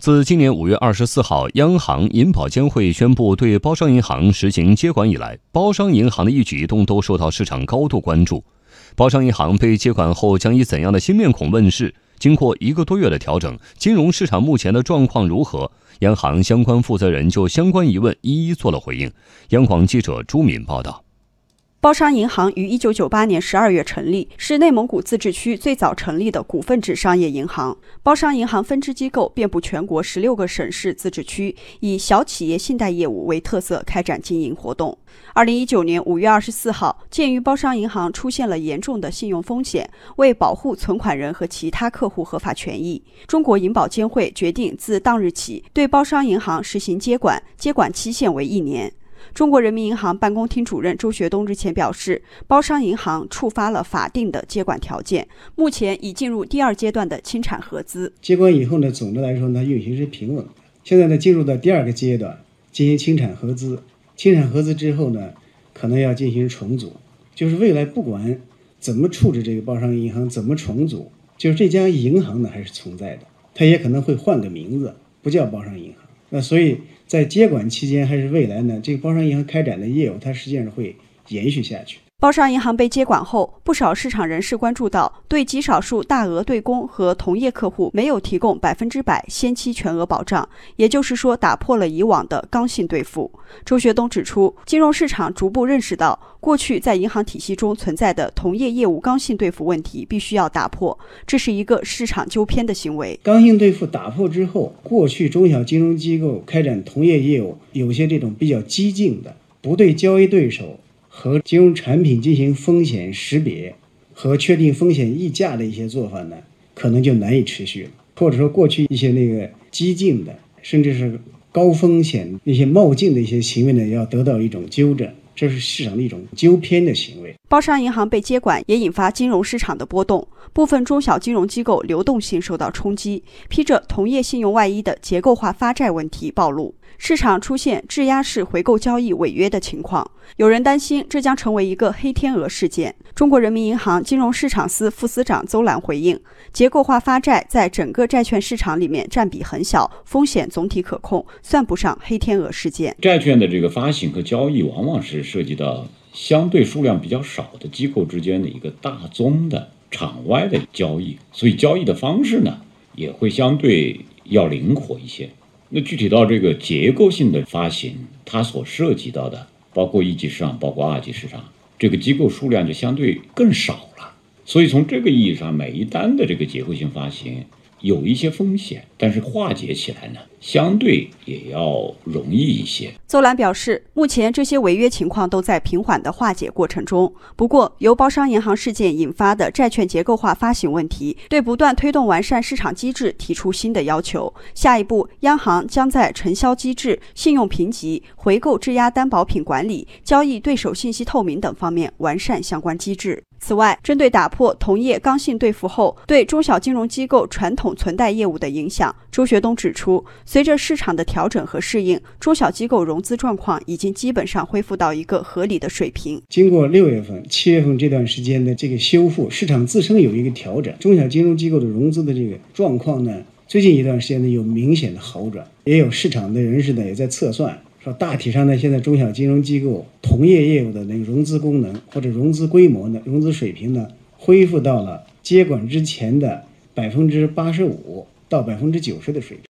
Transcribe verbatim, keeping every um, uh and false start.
自今年五月二十四号，央行银保监会宣布对包商银行实行接管以来，包商银行的一举一动都受到市场高度关注。包商银行被接管后将以怎样的新面孔问世？经过一个多月的调整，金融市场目前的状况如何？央行相关负责人就相关疑问一一做了回应。央广记者朱敏报道。 包商银行于一九九八年十二月成立，是内蒙古自治区最早成立的股份制商业银行。包商银行分支机构遍布全国十六个省市自治区，以小企业信贷业务为特色开展经营活动。二零一九年五月二十四号，鉴于包商银行出现了严重的信用风险，为保护存款人和其他客户合法权益，中国银保监会决定自当日起对包商银行实行接管，接管期限为一年。中国人民银行办公厅主任周学东日前表示，包商银行触发了法定的接管条件，目前已进入第二阶段的清产核资。 接管以后呢，总的来说呢，运行是平稳的。现在呢，进入到第二个阶段，进行清产核资。清产核资之后呢，可能要进行重组，就是未来不管怎么处置这个包商银行，怎么重组，就是这家银行呢还是存在的，它也可能会换个名字，不叫包商银行。那所以在接管期间还是未来呢，这个包商银行开展的业务它实际上会延续下去。 包商银行被接管后，不少市场人士关注到，对极少数大额对公和同业客户没有提供百分之百先期全额保障，也就是说打破了以往的刚性兑付。周学东指出，金融市场逐步认识到，过去在银行体系中存在的同业业务刚性兑付问题必须要打破，这是一个市场纠偏的行为。 刚性兑付打破之后，过去中小金融机构开展同业业务，有些这种比较激进的，不对交易对手和金融产品进行风险识别和确定风险溢价的一些做法呢，可能就难以持续了。或者说过去一些那个激进的，甚至是高风险一些冒进的一些行为呢，要得到一种纠正，这是市场的一种纠偏的行为。 包商银行被接管也引发金融市场的波动，部分中小金融机构流动性受到冲击，披着同业信用外衣的结构化发债问题暴露，市场出现质押式回购交易违约的情况，有人担心这将成为一个黑天鹅事件。中国人民银行金融市场司副司长邹兰回应，结构化发债在整个债券市场里面占比很小，风险总体可控，算不上黑天鹅事件。 债券的这个发行和交易往往是涉及到相对数量比较少的机构之间的一个大宗的场外的交易，所以交易的方式呢也会相对要灵活一些。那具体到这个结构性的发行，它所涉及到的包括一级市场包括二级市场，这个机构数量就相对更少了。所以从这个意义上，每一单的这个结构性发行有一些风险，但是化解起来呢，相对也要容易一些。 邹兰表示，目前这些违约情况都在平缓的化解过程中。不过，由包商银行事件引发的债券结构化发行问题，对不断推动完善市场机制提出新的要求。下一步，央行将在承销机制、信用评级、回购质押担保品管理、交易对手信息透明等方面完善相关机制。此外，针对打破同业刚性兑付后对中小金融机构传统存贷业务的影响，周学东指出，随着市场的调整和适应，中小机构融资状况已经基本上恢复到一个合理的水平。 经过六月份、七月份这段时间的这个修复，市场自身有一个调整，中小金融机构的融资的这个状况呢，最近一段时间呢有明显的好转，也有市场的人士呢也在测算。说大体上呢，现在中小金融机构同业业务的那个融资功能或者融资规模呢、融资水平呢，恢复到了接管之前的百分之八十五到百分之九十的水平。